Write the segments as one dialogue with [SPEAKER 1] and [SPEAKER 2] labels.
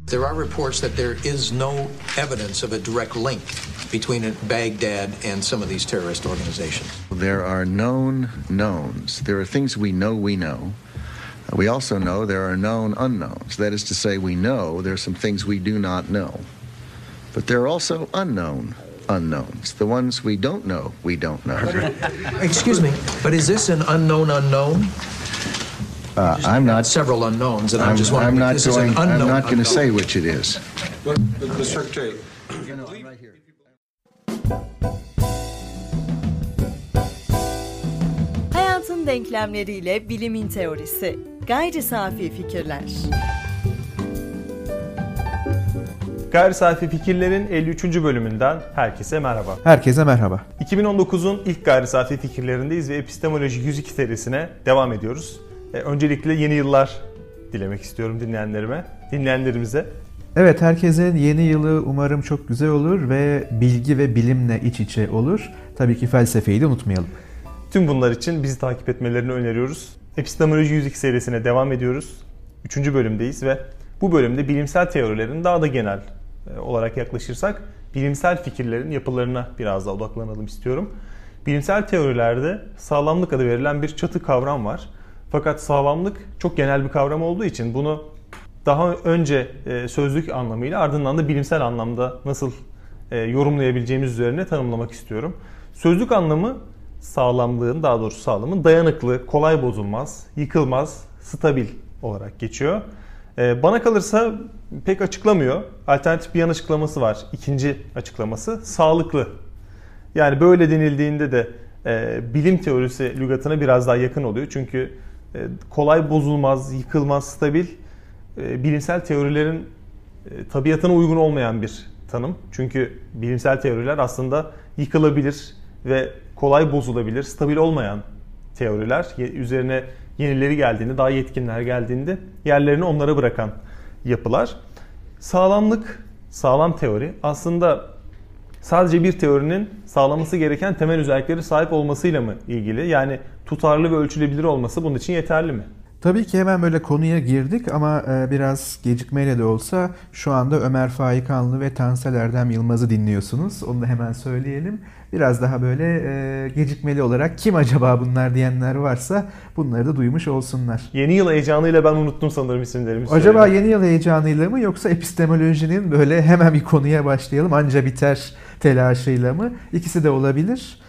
[SPEAKER 1] There are reports that there is no evidence of a direct link between Baghdad and some of these terrorist organizations.
[SPEAKER 2] There are known knowns. There are things we know. We also know there are known unknowns. That is to say, we know there are some things we do not know. But there are also unknown unknowns. The ones we don't know.
[SPEAKER 1] Excuse me, but is this an unknown unknown?
[SPEAKER 2] I'm not.
[SPEAKER 1] Several unknowns, and I'm just wondering if this is an unknown.
[SPEAKER 2] I'm not going to say which it is.
[SPEAKER 3] But Mr. Secretary,
[SPEAKER 2] right here.
[SPEAKER 4] Hayatın denklemleriyle bilimin teorisi. Gayri safi fikirler.
[SPEAKER 5] Gayri safi fikirlerin 53. bölümünden herkese merhaba.
[SPEAKER 6] Herkese merhaba.
[SPEAKER 5] 2019'un ilk gayri safi fikirlerindeyiz ve Epistemoloji 102 serisine devam ediyoruz. Öncelikle yeni yıllar dilemek istiyorum dinleyenlerimize.
[SPEAKER 6] Evet, herkesin yeni yılı umarım çok güzel olur ve bilgi ve bilimle iç içe olur. Tabii ki felsefeyi de unutmayalım.
[SPEAKER 5] Tüm bunlar için bizi takip etmelerini öneriyoruz. Epistemoloji 102 serisine devam ediyoruz. 3. bölümdeyiz ve bu bölümde bilimsel teorilerin daha da genel olarak yaklaşırsak bilimsel fikirlerin yapılarına biraz daha odaklanalım istiyorum. Bilimsel teorilerde sağlamlık adı verilen bir çatı kavram var. Fakat sağlamlık çok genel bir kavram olduğu için bunu daha önce sözlük anlamıyla ardından da bilimsel anlamda nasıl yorumlayabileceğimiz üzerine tanımlamak istiyorum. Sözlük anlamı sağlamlığın, daha doğrusu sağlamın dayanıklı, kolay bozulmaz, yıkılmaz, stabil olarak geçiyor. Bana kalırsa pek açıklamıyor. Alternatif bir yan açıklaması var. İkinci açıklaması sağlıklı. Yani böyle denildiğinde de bilim teorisi lügatına biraz daha yakın oluyor. Çünkü kolay bozulmaz, yıkılmaz, stabil bilimsel teorilerin tabiatına uygun olmayan bir tanım. Çünkü bilimsel teoriler aslında yıkılabilir ve kolay bozulabilir, stabil olmayan teoriler. Üzerine yenileri geldiğinde, daha yetkinler geldiğinde yerlerini onlara bırakan yapılar. Sağlamlık, sağlam teori aslında sadece bir teorinin sağlaması gereken temel özellikleri sahip olmasıyla mı ilgili? Yani tutarlı ve ölçülebilir olması bunun için yeterli mi?
[SPEAKER 6] Tabii ki hemen böyle konuya girdik ama biraz gecikmeyle de olsa şu anda Ömer Faikanlı ve Tansel Erdem Yılmaz'ı dinliyorsunuz. Onu da hemen söyleyelim. Biraz daha böyle gecikmeli olarak kim acaba bunlar diyenler varsa bunları da duymuş olsunlar.
[SPEAKER 5] Yeni yıl heyecanıyla ben unuttum sanırım isimlerimi.
[SPEAKER 6] Acaba yeni yıl heyecanıyla mı yoksa epistemolojinin böyle hemen bir konuya başlayalım anca biter telaşıyla mı? İkisi de olabilir.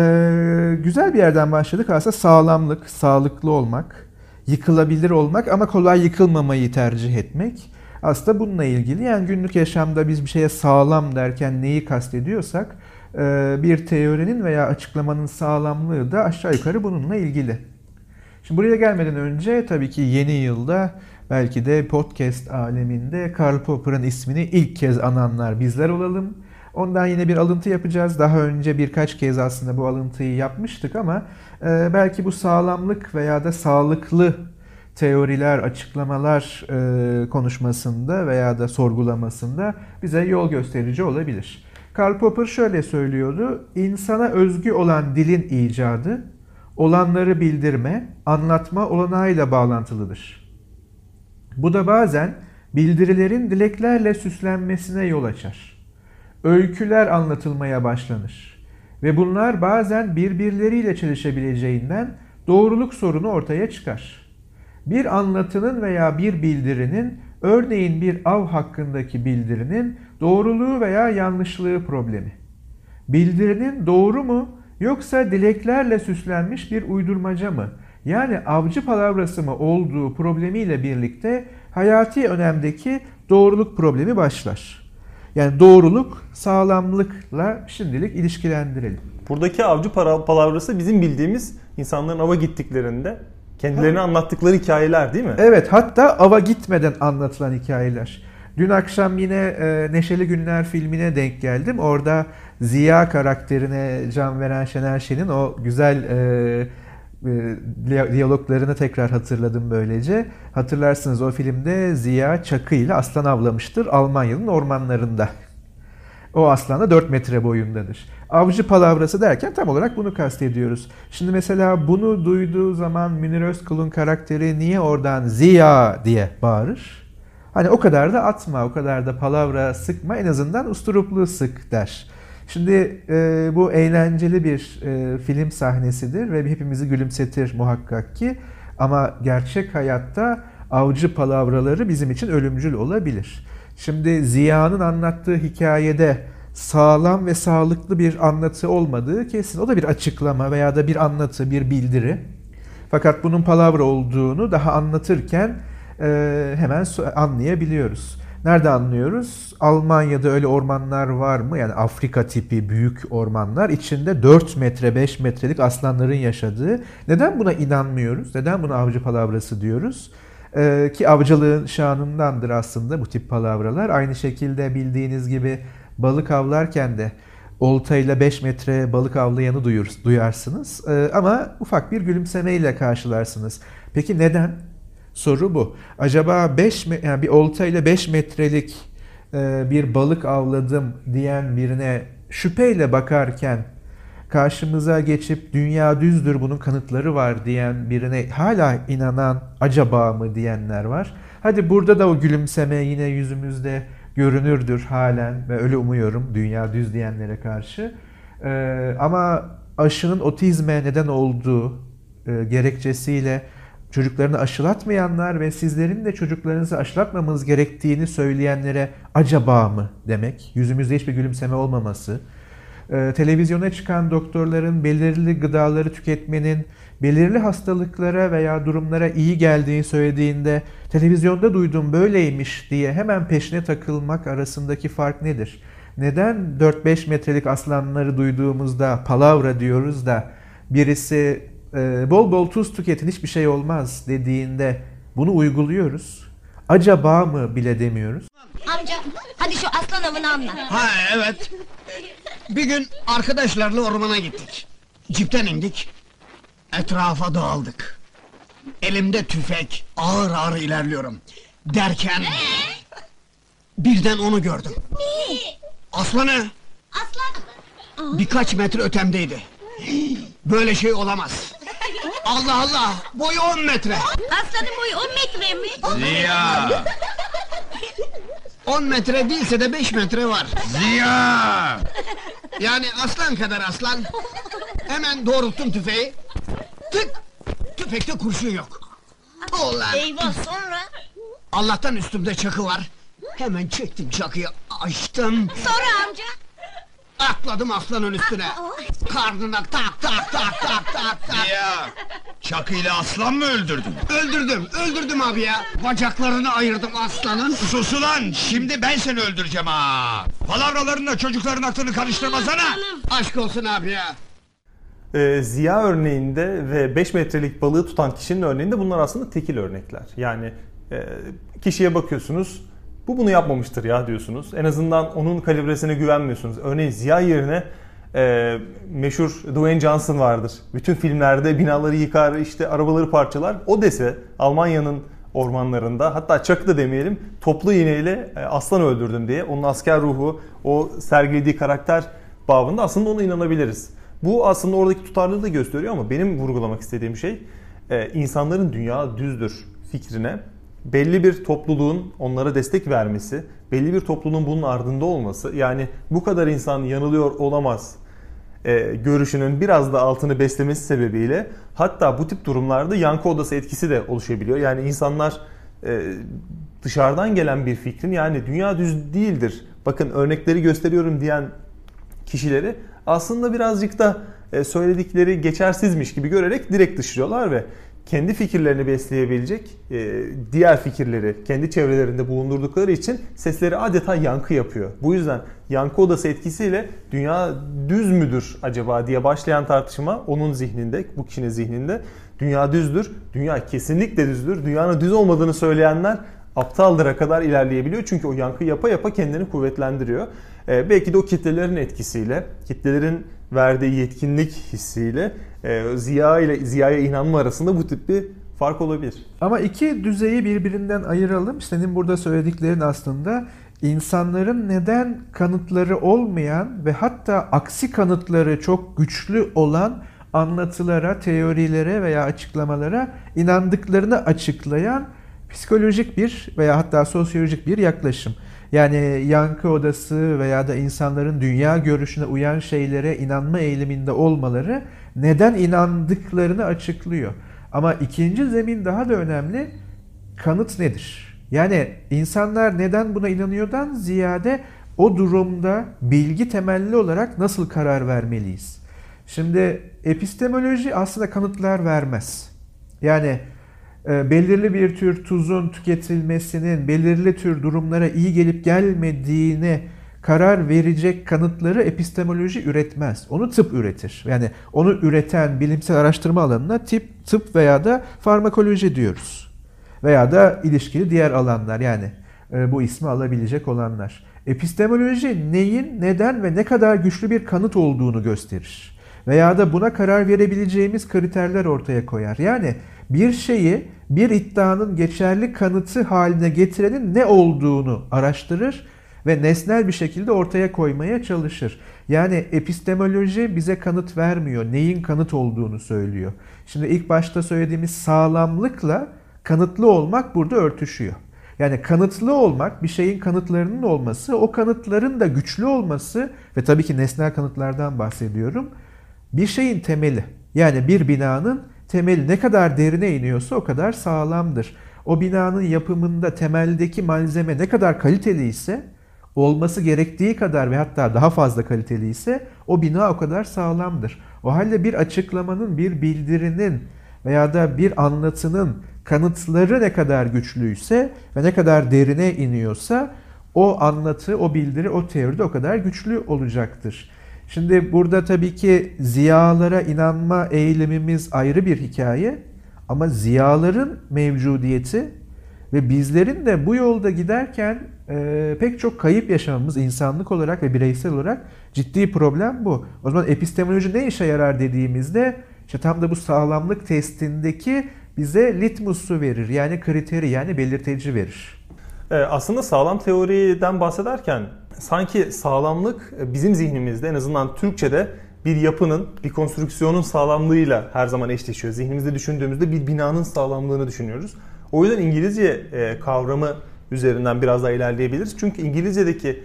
[SPEAKER 6] Güzel bir yerden başladık. Aslında sağlamlık, sağlıklı olmak, yıkılabilir olmak ama kolay yıkılmamayı tercih etmek. Aslında bununla ilgili, yani günlük yaşamda biz bir şeye sağlam derken neyi kastediyorsak bir teorinin veya açıklamanın sağlamlığı da aşağı yukarı bununla ilgili. Şimdi buraya gelmeden önce tabii ki yeni yılda belki de podcast aleminde Karl Popper'ın ismini ilk kez ananlar bizler olalım. Ondan yine bir alıntı yapacağız. Daha önce birkaç kez aslında bu alıntıyı yapmıştık ama belki bu sağlamlık veya da sağlıklı teoriler, açıklamalar konuşmasında veya da sorgulamasında bize yol gösterici olabilir. Karl Popper şöyle söylüyordu: İnsana özgü olan dilin icadı, olanları bildirme, anlatma olanağıyla bağlantılıdır. Bu da bazen bildirilerin dileklerle süslenmesine yol açar. Öyküler anlatılmaya başlanır ve bunlar bazen birbirleriyle çelişebileceğinden doğruluk sorunu ortaya çıkar. Bir anlatının veya bir bildirinin, örneğin bir av hakkındaki bildirinin doğruluğu veya yanlışlığı problemi. Bildirinin doğru mu yoksa dileklerle süslenmiş bir uydurmaca mı, yani avcı palavrası mı olduğu problemiyle birlikte hayati önemdeki doğruluk problemi başlar. Yani doğruluk, sağlamlıkla şimdilik ilişkilendirelim.
[SPEAKER 5] Buradaki avcı palavrası bizim bildiğimiz insanların ava gittiklerinde kendilerini anlattıkları hikayeler değil mi?
[SPEAKER 6] Evet, hatta ava gitmeden anlatılan hikayeler. Dün akşam yine Neşeli Günler filmine denk geldim. Orada Ziya karakterine can veren Şener Şen'in o güzel diyaloglarını tekrar hatırladım böylece. Hatırlarsınız, o filmde Ziya çakıyla aslan avlamıştır Almanya'nın ormanlarında. O aslan da 4 metre boyundadır. Avcı palavrası derken tam olarak bunu kastediyoruz. Şimdi mesela bunu duyduğu zaman Münir Özkul'un karakteri niye oradan Ziya diye bağırır? Hani o kadar da atma, o kadar da palavra sıkma, en azından usturuplu sık der. Şimdi bu eğlenceli bir film sahnesidir ve hepimizi gülümsetir muhakkak ki. Ama gerçek hayatta avcı palavraları bizim için ölümcül olabilir. Şimdi Ziya'nın anlattığı hikayede sağlam ve sağlıklı bir anlatı olmadığı kesin. O da bir açıklama veya da bir anlatı, bir bildiri. Fakat bunun palavra olduğunu daha anlatırken hemen anlayabiliyoruz. Nerede anlıyoruz? Almanya'da öyle ormanlar var mı? Yani Afrika tipi büyük ormanlar, içinde 4 metre 5 metrelik aslanların yaşadığı. Neden buna inanmıyoruz? Neden buna avcı palavrası diyoruz? Ki avcılığın şanındandır aslında bu tip palavralar. Aynı şekilde bildiğiniz gibi balık avlarken de oltayla 5 metre balık avlayanı duyarsınız. Ama ufak bir gülümsemeyle karşılarsınız. Peki neden? Soru bu. Acaba yani bir oltayla 5 metrelik bir balık avladım diyen birine şüpheyle bakarken karşımıza geçip dünya düzdür bunun kanıtları var diyen birine hala inanan acaba mı diyenler var. Hadi burada da o gülümseme yine yüzümüzde görünürdür halen ve öyle umuyorum dünya düz diyenlere karşı. Ama aşının otizme neden olduğu gerekçesiyle çocuklarını aşılatmayanlar ve sizlerin de çocuklarınızı aşılatmamanız gerektiğini söyleyenlere acaba mı demek, yüzümüzde hiçbir gülümseme olmaması, televizyona çıkan doktorların belirli gıdaları tüketmenin belirli hastalıklara veya durumlara iyi geldiğini söylediğinde televizyonda duydum böyleymiş diye hemen peşine takılmak arasındaki fark nedir? Neden 4-5 metrelik aslanları duyduğumuzda palavra diyoruz da birisi bol bol tuz tüketin hiçbir şey olmaz dediğinde bunu uyguluyoruz? Acaba mı bile demiyoruz?
[SPEAKER 7] Amca hadi şu aslan avını anlat.
[SPEAKER 8] Ha evet. Bir gün arkadaşlarla ormana gittik. Cipten indik. Etrafa dağıldık. Elimde tüfek, ağır ağır ilerliyorum. Derken birden onu gördüm. Aslanı
[SPEAKER 7] Aslan.
[SPEAKER 8] birkaç metre ötemdeydi. Böyle şey olamaz. Allah Allah! Boyu 10 metre!
[SPEAKER 7] Aslanın boyu 10 metre mi?
[SPEAKER 9] Ziya!
[SPEAKER 8] 10 metre değilse de 5 metre var.
[SPEAKER 9] Ziya!
[SPEAKER 8] Yani aslan kadar aslan. Hemen doğrulttum tüfeği. Tık! Tüfekte kurşun yok. Ulan!
[SPEAKER 7] Eyvah sonra?
[SPEAKER 8] Allah'tan üstümde çakı var. Hemen çektim çakıyı, açtım.
[SPEAKER 7] Sonra amca?
[SPEAKER 8] Atladım aslanın üstüne. Karnına tak tak tak tak tak tak.
[SPEAKER 9] Ziya! Çakıyla aslan mı öldürdün?
[SPEAKER 8] Öldürdüm abi ya. Bacaklarını ayırdım aslanın.
[SPEAKER 9] Sus ulan! Şimdi ben seni öldüreceğim ha! Palavralarınla çocukların aklını karıştırmasana!
[SPEAKER 8] Aşk olsun abi ya.
[SPEAKER 5] Ziya örneğinde ve 5 metrelik balığı tutan kişinin örneğinde bunlar aslında tekil örnekler. Yani kişiye bakıyorsunuz, bu bunu yapmamıştır ya diyorsunuz. En azından onun kalibresine güvenmiyorsunuz. Örneğin Ziya yerine meşhur Dwayne Johnson vardır. Bütün filmlerde binaları yıkar, işte arabaları parçalar. O dese Almanya'nın ormanlarında, hatta çakı da demeyelim, toplu iğneyle aslan öldürdüm diye onun asker ruhu, o sergilediği karakter babında aslında ona inanabiliriz. Bu aslında oradaki tutarlılığı da gösteriyor ama benim vurgulamak istediğim şey insanların dünya düzdür fikrine belli bir topluluğun onlara destek vermesi, belli bir topluluğun bunun ardında olması, yani bu kadar insan yanılıyor olamaz görüşünün biraz da altını beslemesi sebebiyle hatta bu tip durumlarda yankı odası etkisi de oluşabiliyor. Yani insanlar dışarıdan gelen bir fikrin, yani dünya düz değildir, bakın örnekleri gösteriyorum diyen kişileri aslında birazcık da söyledikleri geçersizmiş gibi görerek direkt dışlıyorlar ve kendi fikirlerini besleyebilecek diğer fikirleri kendi çevrelerinde bulundurdukları için sesleri adeta yankı yapıyor. Bu yüzden yankı odası etkisiyle dünya düz müdür acaba diye başlayan tartışma onun zihninde, bu kişinin zihninde dünya düzdür, dünya kesinlikle düzdür, dünyanın düz olmadığını söyleyenler aptaldıra kadar ilerleyebiliyor. Çünkü o yankı yapa yapa kendini kuvvetlendiriyor. Belki de o kitlelerin etkisiyle, kitlelerin verdiği yetkinlik hissiyle Ziya'ya inanma arasında bu tip bir fark olabilir.
[SPEAKER 6] Ama iki düzeyi birbirinden ayıralım. Senin burada söylediklerin aslında insanların neden kanıtları olmayan ve hatta aksi kanıtları çok güçlü olan anlatılara, teorilere veya açıklamalara inandıklarını açıklayan psikolojik bir veya hatta sosyolojik bir yaklaşım. Yani yankı odası veya da insanların dünya görüşüne uyan şeylere inanma eğiliminde olmaları neden inandıklarını açıklıyor. Ama ikinci zemin daha da önemli. Kanıt nedir? Yani insanlar neden buna inanıyordan ziyade o durumda bilgi temelli olarak nasıl karar vermeliyiz? Şimdi epistemoloji aslında kanıtlar vermez. Yani belirli bir tür tuzun tüketilmesinin belirli tür durumlara iyi gelip gelmediğine karar verecek kanıtları epistemoloji üretmez. Onu tıp üretir. Yani onu üreten bilimsel araştırma alanına tıp veya da farmakoloji diyoruz. Veya da ilişkili diğer alanlar, yani bu ismi alabilecek olanlar. Epistemoloji neyin, neden ve ne kadar güçlü bir kanıt olduğunu gösterir. Veya da buna karar verebileceğimiz kriterler ortaya koyar. Yani bir şeyi bir iddianın geçerli kanıtı haline getirenin ne olduğunu araştırır ve nesnel bir şekilde ortaya koymaya çalışır. Yani epistemoloji bize kanıt vermiyor, neyin kanıt olduğunu söylüyor. Şimdi ilk başta söylediğimiz sağlamlıkla kanıtlı olmak burada örtüşüyor. Yani kanıtlı olmak, bir şeyin kanıtlarının olması, o kanıtların da güçlü olması ve tabii ki nesnel kanıtlardan bahsediyorum. Bir şeyin temeli, yani bir binanın temeli ne kadar derine iniyorsa o kadar sağlamdır. O binanın yapımında temeldeki malzeme ne kadar kaliteli ise, olması gerektiği kadar ve hatta daha fazla kaliteli ise o bina o kadar sağlamdır. O halde bir açıklamanın, bir bildirinin veya da bir anlatının kanıtları ne kadar güçlüyse ve ne kadar derine iniyorsa o anlatı, o bildiri, o teori de o kadar güçlü olacaktır. Şimdi burada tabii ki ziyalara inanma eğilimimiz ayrı bir hikaye ama ziyaların mevcudiyeti ve bizlerin de bu yolda giderken pek çok kayıp yaşamamız insanlık olarak ve bireysel olarak ciddi problem bu. O zaman epistemoloji ne işe yarar dediğimizde işte tam da bu sağlamlık testindeki bize litmusu verir, yani kriteri, yani belirteci verir.
[SPEAKER 5] Aslında sağlam teoriden bahsederken sanki sağlamlık bizim zihnimizde, en azından Türkçe'de, bir yapının, bir konstrüksiyonun sağlamlığıyla her zaman eşleşiyor. Zihnimizde düşündüğümüzde bir binanın sağlamlığını düşünüyoruz. O yüzden İngilizce kavramı üzerinden biraz daha ilerleyebiliriz. Çünkü İngilizce'deki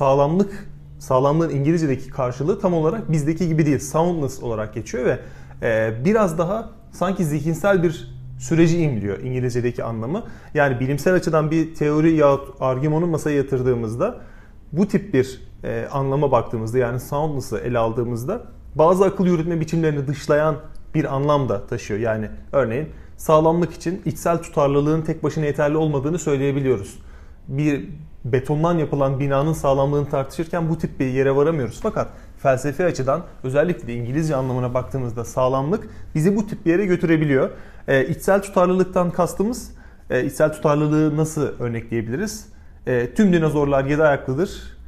[SPEAKER 5] sağlamlığın İngilizce'deki karşılığı tam olarak bizdeki gibi değil, soundness olarak geçiyor ve biraz daha sanki zihinsel bir süreci imliyor İngilizce'deki anlamı. Yani bilimsel açıdan bir teori yahut argümanı masaya yatırdığımızda bu tip bir anlama baktığımızda, yani soundness'ı ele aldığımızda bazı akıl yürütme biçimlerini dışlayan bir anlam da taşıyor. Yani örneğin sağlamlık için içsel tutarlılığın tek başına yeterli olmadığını söyleyebiliyoruz. Bir betondan yapılan binanın sağlamlığını tartışırken bu tip bir yere varamıyoruz. Fakat felsefi açıdan, özellikle de İngilizce anlamına baktığımızda sağlamlık bizi bu tip bir yere götürebiliyor. İçsel tutarlılıktan kastımız, içsel tutarlılığı nasıl örnekleyebiliriz? Tüm dinozorlar 7 ayaklıdır.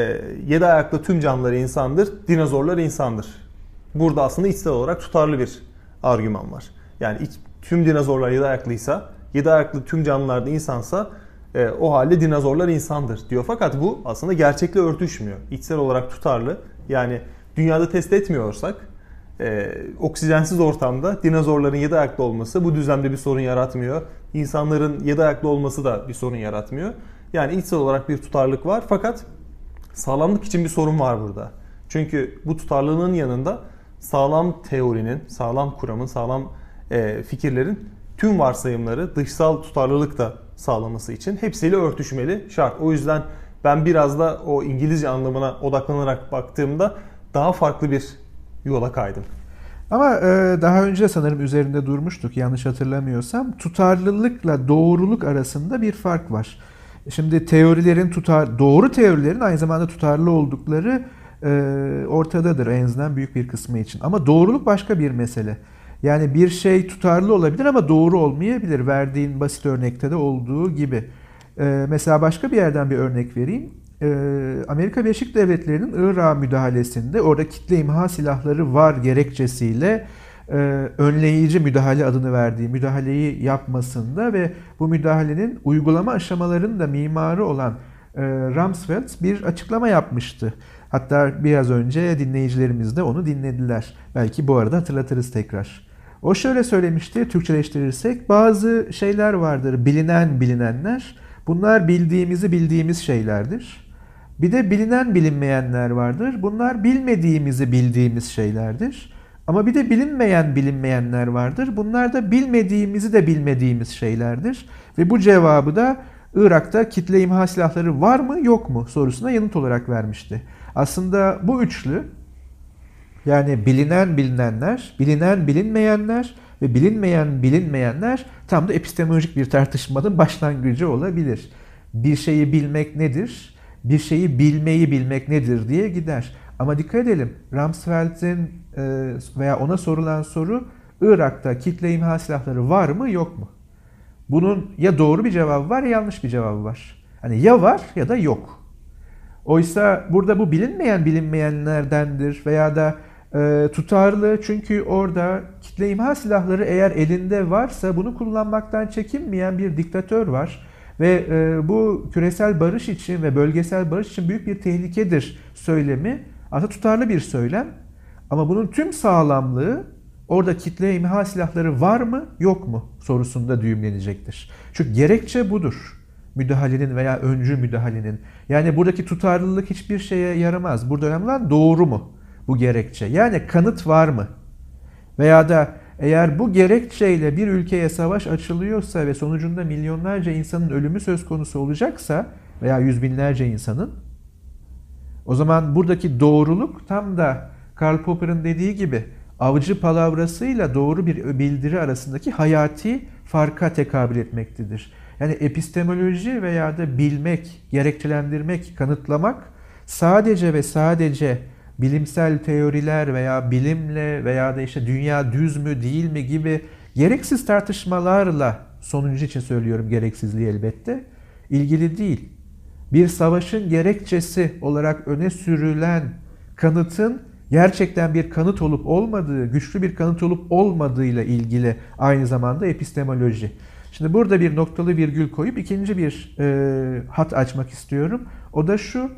[SPEAKER 5] 7 ayaklı tüm canlılar insandır. Dinozorlar insandır. Burada aslında içsel olarak tutarlı bir argüman var. Yani tüm dinozorlar 7 ayaklıysa, 7 ayaklı tüm canlılar da insansa o halde dinozorlar insandır diyor. Fakat bu aslında gerçekle örtüşmüyor. İçsel olarak tutarlı. Yani dünyada test etmiyorsak oksijensiz ortamda dinozorların 7 ayaklı olması bu düzlemde bir sorun yaratmıyor. İnsanların 7 ayaklı olması da bir sorun yaratmıyor. Yani içsel olarak bir tutarlılık var fakat sağlamlık için bir sorun var burada. Çünkü bu tutarlılığın yanında sağlam teorinin, sağlam kuramın, sağlam fikirlerin tüm varsayımları, dışsal tutarlılık da sağlaması için hepsiyle örtüşmeli, şart. O yüzden ben biraz da o İngilizce anlamına odaklanarak baktığımda daha farklı bir yola kaydım.
[SPEAKER 6] Ama daha önce sanırım üzerinde durmuştuk, yanlış hatırlamıyorsam. Tutarlılıkla doğruluk arasında bir fark var. Şimdi doğru teorilerin aynı zamanda tutarlı oldukları ortadadır en azından büyük bir kısmı için. Ama doğruluk başka bir mesele. Yani bir şey tutarlı olabilir ama doğru olmayabilir. Verdiğin basit örnekte de olduğu gibi. Mesela başka bir yerden bir örnek vereyim. Amerika Birleşik Devletleri'nin Irak'a müdahalesinde orada kitle imha silahları var gerekçesiyle önleyici müdahale adını verdiği müdahaleyi yapmasında ve bu müdahalenin uygulama aşamalarının da mimarı olan Rumsfeld bir açıklama yapmıştı. Hatta biraz önce dinleyicilerimiz de onu dinlediler. Belki bu arada hatırlatırız tekrar. O şöyle söylemişti, Türkçeleştirirsek, bazı şeyler vardır, bilinenler. Bunlar bildiğimiz şeylerdir. Bir de bilinmeyenler vardır. Bunlar bildiğimiz şeylerdir. Ama bir de bilinmeyenler vardır. Bunlar da bilmediğimiz şeylerdir. Ve bu cevabı da Irak'ta kitle imha silahları var mı yok mu sorusuna yanıt olarak vermişti. Aslında bu üçlü, yani bilinenler, bilinmeyenler ve bilinmeyenler tam da epistemolojik bir tartışmanın başlangıcı olabilir. Bir şeyi bilmek nedir? Bir şeyi bilmeyi bilmek nedir diye gider. Ama dikkat edelim, Rumsfeld'in veya ona sorulan soru, Irak'ta kitle imha silahları var mı yok mu? Bunun ya doğru bir cevabı var ya yanlış bir cevabı var. Hani ya var ya da yok. Oysa burada bu bilinmeyenlerdendir veya da tutarlı, çünkü orada kitle imha silahları eğer elinde varsa bunu kullanmaktan çekinmeyen bir diktatör var. Ve bu küresel barış için ve bölgesel barış için büyük bir tehlikedir söylemi aslında tutarlı bir söylem. Ama bunun tüm sağlamlığı orada kitle imha silahları var mı yok mu sorusunda düğümlenecektir. Çünkü gerekçe budur. Müdahalenin veya öncü müdahalenin. Yani buradaki tutarlılık hiçbir şeye yaramaz. Burada önemli olan doğru mu bu gerekçe? Yani kanıt var mı? Veya da eğer bu gerekçeyle bir ülkeye savaş açılıyorsa ve sonucunda milyonlarca insanın ölümü söz konusu olacaksa veya yüz binlerce insanın, o zaman buradaki doğruluk tam da Karl Popper'ın dediği gibi avcı palavrasıyla doğru bir bildiri arasındaki hayati farka tekabül etmektedir. Yani epistemoloji veya da bilmek, gerekçelendirmek, kanıtlamak sadece ve sadece bilimsel teoriler veya bilimle veya da işte dünya düz mü değil mi gibi gereksiz tartışmalarla, sonuncu için söylüyorum gereksizliği elbette, ilgili değil. Bir savaşın gerekçesi olarak öne sürülen kanıtın gerçekten bir kanıt olup olmadığı, güçlü bir kanıt olup olmadığıyla ilgili aynı zamanda epistemoloji. Şimdi burada bir noktalı virgül koyup ikinci bir hat açmak istiyorum. O da şu,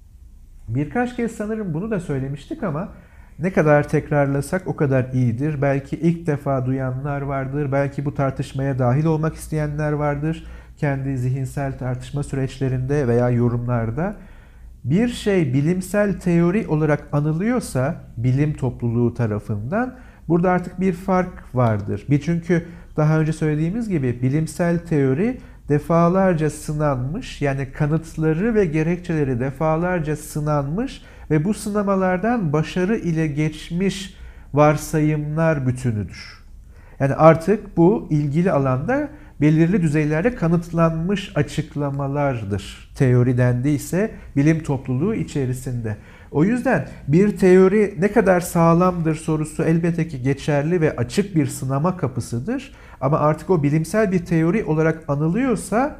[SPEAKER 6] birkaç kez sanırım bunu da söylemiştik ama ne kadar tekrarlasak o kadar iyidir. Belki ilk defa duyanlar vardır, belki bu tartışmaya dahil olmak isteyenler vardır. Kendi zihinsel tartışma süreçlerinde veya yorumlarda. Bir şey bilimsel teori olarak anılıyorsa bilim topluluğu tarafından burada artık bir fark vardır. Çünkü daha önce söylediğimiz gibi bilimsel teori defalarca sınanmış, yani kanıtları ve gerekçeleri defalarca sınanmış ve bu sınamalardan başarı ile geçmiş varsayımlar bütünüdür. Yani artık bu ilgili alanda belirli düzeylerde kanıtlanmış açıklamalardır. Teori dendiyse bilim topluluğu içerisinde. O yüzden bir teori ne kadar sağlamdır sorusu elbette ki geçerli ve açık bir sınama kapısıdır. Ama artık o bilimsel bir teori olarak anılıyorsa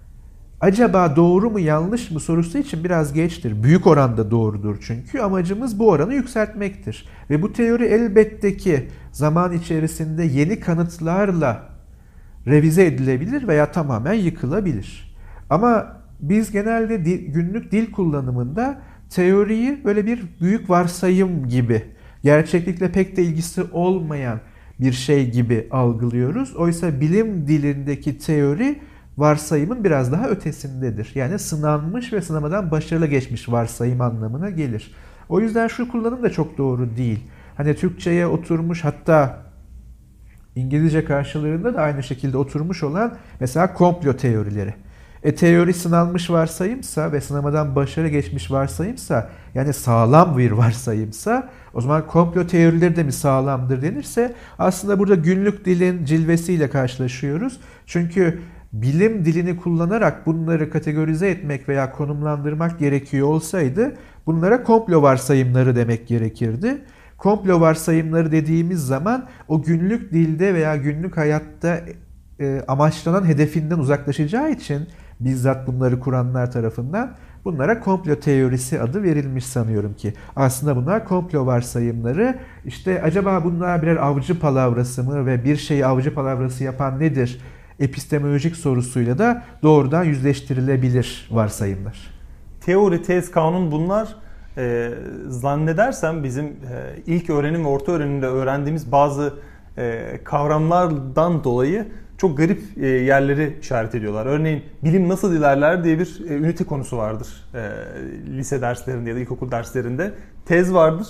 [SPEAKER 6] acaba doğru mu yanlış mı sorusu için biraz geçtir. Büyük oranda doğrudur çünkü amacımız bu oranı yükseltmektir. Ve bu teori elbette ki zaman içerisinde yeni kanıtlarla revize edilebilir veya tamamen yıkılabilir. Ama biz genelde günlük dil kullanımında teoriyi böyle bir büyük varsayım gibi, gerçeklikle pek de ilgisi olmayan bir şey gibi algılıyoruz. Oysa bilim dilindeki teori varsayımın biraz daha ötesindedir. Yani sınanmış ve sınamadan başarılı geçmiş varsayım anlamına gelir. O yüzden şu kullanım da çok doğru değil. Hani Türkçe'ye oturmuş, hatta İngilizce karşılığında da aynı şekilde oturmuş olan mesela komplo teorileri. Teori sınanmış varsayımsa ve sınamadan başarı geçmiş varsayımsa, yani sağlam bir varsayımsa, o zaman komplo teorileri de mi sağlamdır denirse aslında burada günlük dilin cilvesiyle karşılaşıyoruz. Çünkü bilim dilini kullanarak bunları kategorize etmek veya konumlandırmak gerekiyor olsaydı bunlara komplo varsayımları demek gerekirdi. Komplo varsayımları dediğimiz zaman o günlük dilde veya günlük hayatta amaçlanan hedefinden uzaklaşacağı için bizzat bunları kuranlar tarafından bunlara komplo teorisi adı verilmiş sanıyorum ki. Aslında bunlar komplo varsayımları. İşte acaba bunlar birer avcı palavrası mı ve bir şeyi avcı palavrası yapan nedir? Epistemolojik sorusuyla da doğrudan yüzleştirilebilir varsayımlar.
[SPEAKER 5] Teori, tez, kanun bunlar zannedersem bizim ilk öğrenim ve orta öğrenimde öğrendiğimiz bazı kavramlardan dolayı çok garip yerleri işaret ediyorlar. Örneğin bilim nasıl ilerler diye bir ünite konusu vardır lise derslerinde ya da ilkokul derslerinde. Tez vardır,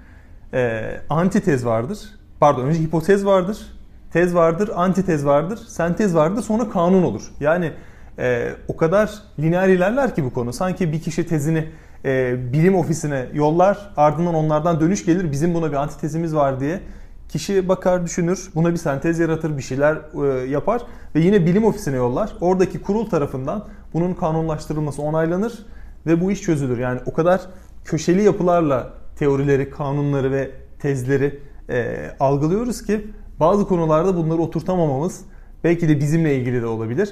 [SPEAKER 5] antitez vardır. Pardon, önce hipotez vardır, tez vardır, antitez vardır, sentez vardır, sonra kanun olur. Yani o kadar lineer ilerler ki bu konu. Sanki bir kişi tezini bilim ofisine yollar, ardından onlardan dönüş gelir. Bizim buna bir antitezimiz var diye. Kişi bakar, düşünür, buna bir sentez yaratır, bir şeyler yapar ve yine bilim ofisine yollar. Oradaki kurul tarafından bunun kanunlaştırılması onaylanır ve bu iş çözülür. Yani o kadar köşeli yapılarla teorileri, kanunları ve tezleri algılıyoruz ki bazı konularda bunları oturtamamamız belki de bizimle ilgili de olabilir.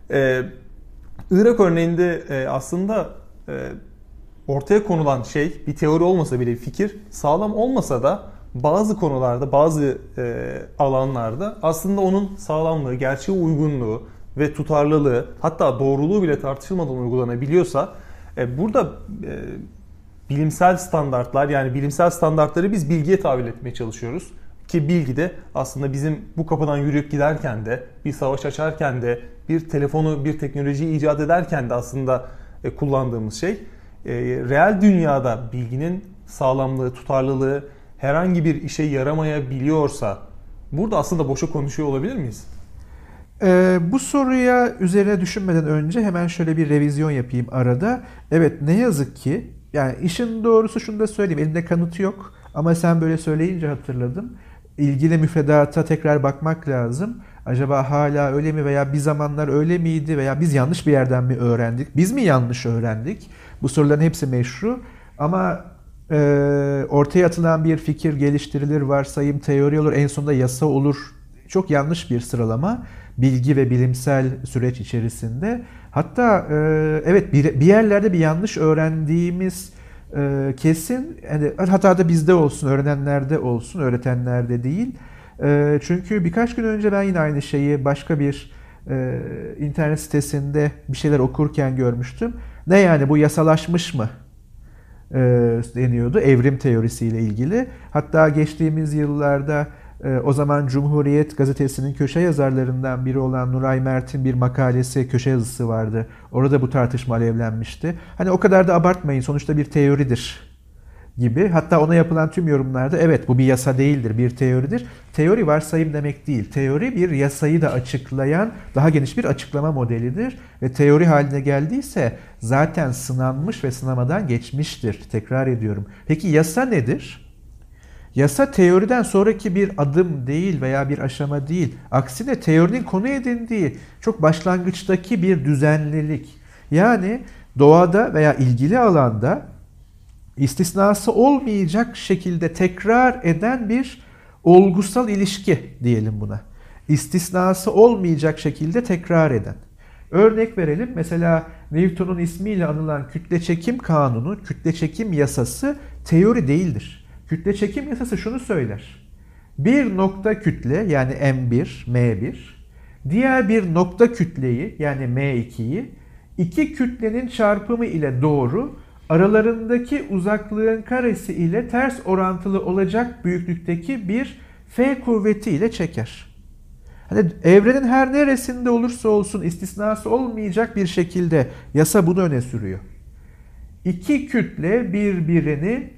[SPEAKER 5] Irak örneğinde aslında ortaya konulan şey bir teori olmasa bile fikir sağlam olmasa da bazı konularda, bazı alanlarda aslında onun sağlamlığı, gerçeğe uygunluğu ve tutarlılığı, hatta doğruluğu bile tartışılmadan uygulanabiliyorsa burada bilimsel standartlar, yani bilimsel standartları biz bilgiye tahvil etmeye çalışıyoruz. Ki bilgi de aslında bizim bu kapıdan yürüyüp giderken de, bir savaş açarken de, bir telefonu, bir teknolojiyi icat ederken de aslında kullandığımız şey. Reel dünyada bilginin sağlamlığı, tutarlılığı herhangi bir işe yaramayabiliyorsa burada aslında boşa konuşuyor olabilir miyiz?
[SPEAKER 6] Bu soruya üzerine düşünmeden önce hemen şöyle bir revizyon yapayım arada. Evet, ne yazık ki, yani işin doğrusu şunu da söyleyeyim, elimde kanıt yok ama sen böyle söyleyince hatırladım. İlgili müfredata tekrar bakmak lazım. Acaba hala öyle mi veya bir zamanlar öyle miydi veya biz yanlış bir yerden mi öğrendik? Biz mi yanlış öğrendik? Bu soruların hepsi meşru ama ortaya atılan bir fikir geliştirilir, varsayım, teori olur, en sonunda yasa olur. Çok yanlış bir sıralama bilgi ve bilimsel süreç içerisinde. Hatta evet, bir yerlerde bir yanlış öğrendiğimiz kesin. Yani, hatta da bizde olsun, öğrenenlerde olsun, öğretenlerde değil. Çünkü birkaç gün önce ben yine aynı şeyi başka bir internet sitesinde bir şeyler okurken görmüştüm. Ne yani, bu yasalaşmış mı deniyordu evrim teorisiyle ilgili. Hatta geçtiğimiz yıllarda o zaman Cumhuriyet gazetesinin köşe yazarlarından biri olan Nuray Mert'in bir makalesi, köşe yazısı vardı. Orada bu tartışma alevlenmişti. Hani o kadar da abartmayın, sonuçta bir teoridir gibi. Hatta ona yapılan tüm yorumlarda evet, bu bir yasa değildir, bir teoridir. Teori varsayım demek değil. Teori bir yasayı da açıklayan daha geniş bir açıklama modelidir. Ve teori haline geldiyse zaten sınanmış ve sınamadan geçmiştir. Tekrar ediyorum. Peki yasa nedir? Yasa teoriden sonraki bir adım değil veya bir aşama değil. Aksine teorinin konu edindiği çok başlangıçtaki bir düzenlilik. Yani doğada veya ilgili alanda istisnası olmayacak şekilde tekrar eden bir olgusal ilişki diyelim buna. İstisnası olmayacak şekilde tekrar eden. Örnek verelim. Mesela Newton'un ismiyle anılan kütle çekim kanunu, kütle çekim yasası teori değildir. Kütle çekim yasası şunu söyler. Bir nokta kütle, yani M1, M1, diğer bir nokta kütleyi, yani M2'yi iki kütlenin çarpımı ile doğru, aralarındaki uzaklığın karesi ile ters orantılı olacak büyüklükteki bir F kuvveti ile çeker. Hani evrenin her neresinde olursa olsun istisnası olmayacak bir şekilde yasa bunu öne sürüyor. İki kütle birbirini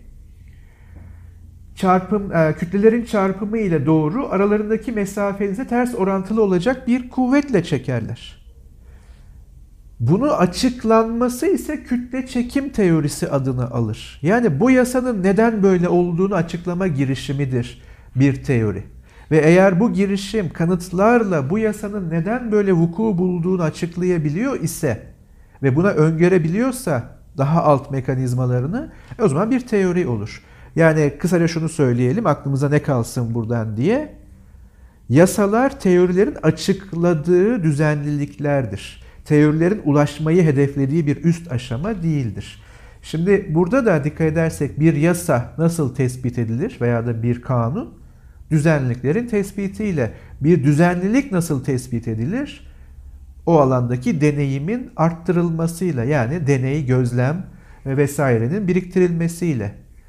[SPEAKER 6] kütlelerin çarpımı ile doğru, aralarındaki mesafenize ters orantılı olacak bir kuvvetle çekerler. Bunu açıklanması ise kütle çekim teorisi adını alır. Yani bu yasanın neden böyle olduğunu açıklama girişimidir bir teori. Ve eğer bu girişim kanıtlarla bu yasanın neden böyle vuku bulduğunu açıklayabiliyor ise ve buna öngörebiliyorsa daha alt mekanizmalarını, o zaman bir teori olur. Yani kısaca şunu söyleyelim, aklımıza ne kalsın buradan diye. Yasalar teorilerin açıkladığı düzenliliklerdir. Teorilerin ulaşmayı hedeflediği bir üst aşama değildir. Şimdi burada da dikkat edersek bir yasa nasıl tespit edilir veya da bir kanun? Düzenliliklerin tespitiyle. Bir düzenlilik nasıl tespit edilir? O alandaki deneyimin arttırılmasıyla, yani deney, gözlem vesairenin biriktirilmesiyle.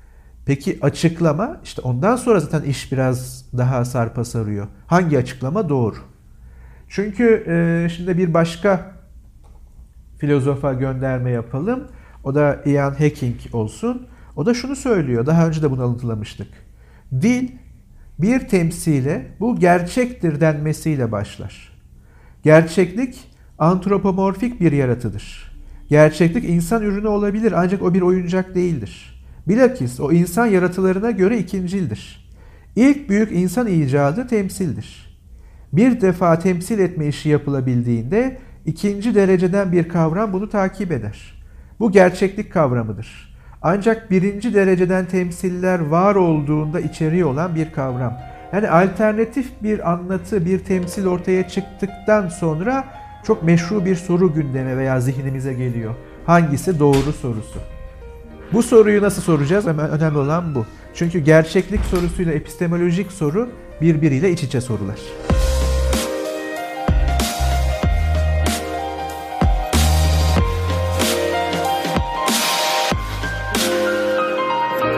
[SPEAKER 6] Peki açıklama, işte ondan sonra zaten iş biraz daha sarpa sarıyor. Hangi açıklama doğru? Çünkü şimdi bir başka filozofa gönderme yapalım. O da Ian Hacking olsun. O da şunu söylüyor. Daha önce de bunu alıntılamıştık. Dil bir temsile bu gerçektir denmesiyle başlar. Gerçeklik antropomorfik bir yaratıdır. Gerçeklik insan ürünü olabilir ancak o bir oyuncak değildir. Bilakis o insan yaratılarına göre ikincildir. İlk büyük insan icadı temsildir. Bir defa temsil etme işi yapılabildiğinde ikinci dereceden bir kavram bunu takip eder. Bu gerçeklik kavramıdır. Ancak birinci dereceden temsiller var olduğunda içeriği olan bir kavram. Yani alternatif bir anlatı, bir temsil ortaya çıktıktan sonra çok meşru bir soru gündeme veya zihnimize geliyor. Hangisi doğru sorusu. Bu soruyu nasıl soracağız? Önemli olan bu. Çünkü gerçeklik sorusuyla epistemolojik soru birbiriyle iç içe sorular.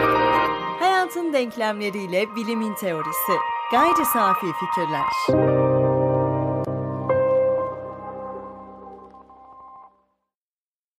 [SPEAKER 4] Hayatın denklemleriyle bilimin teorisi. Gayri safi fikirler.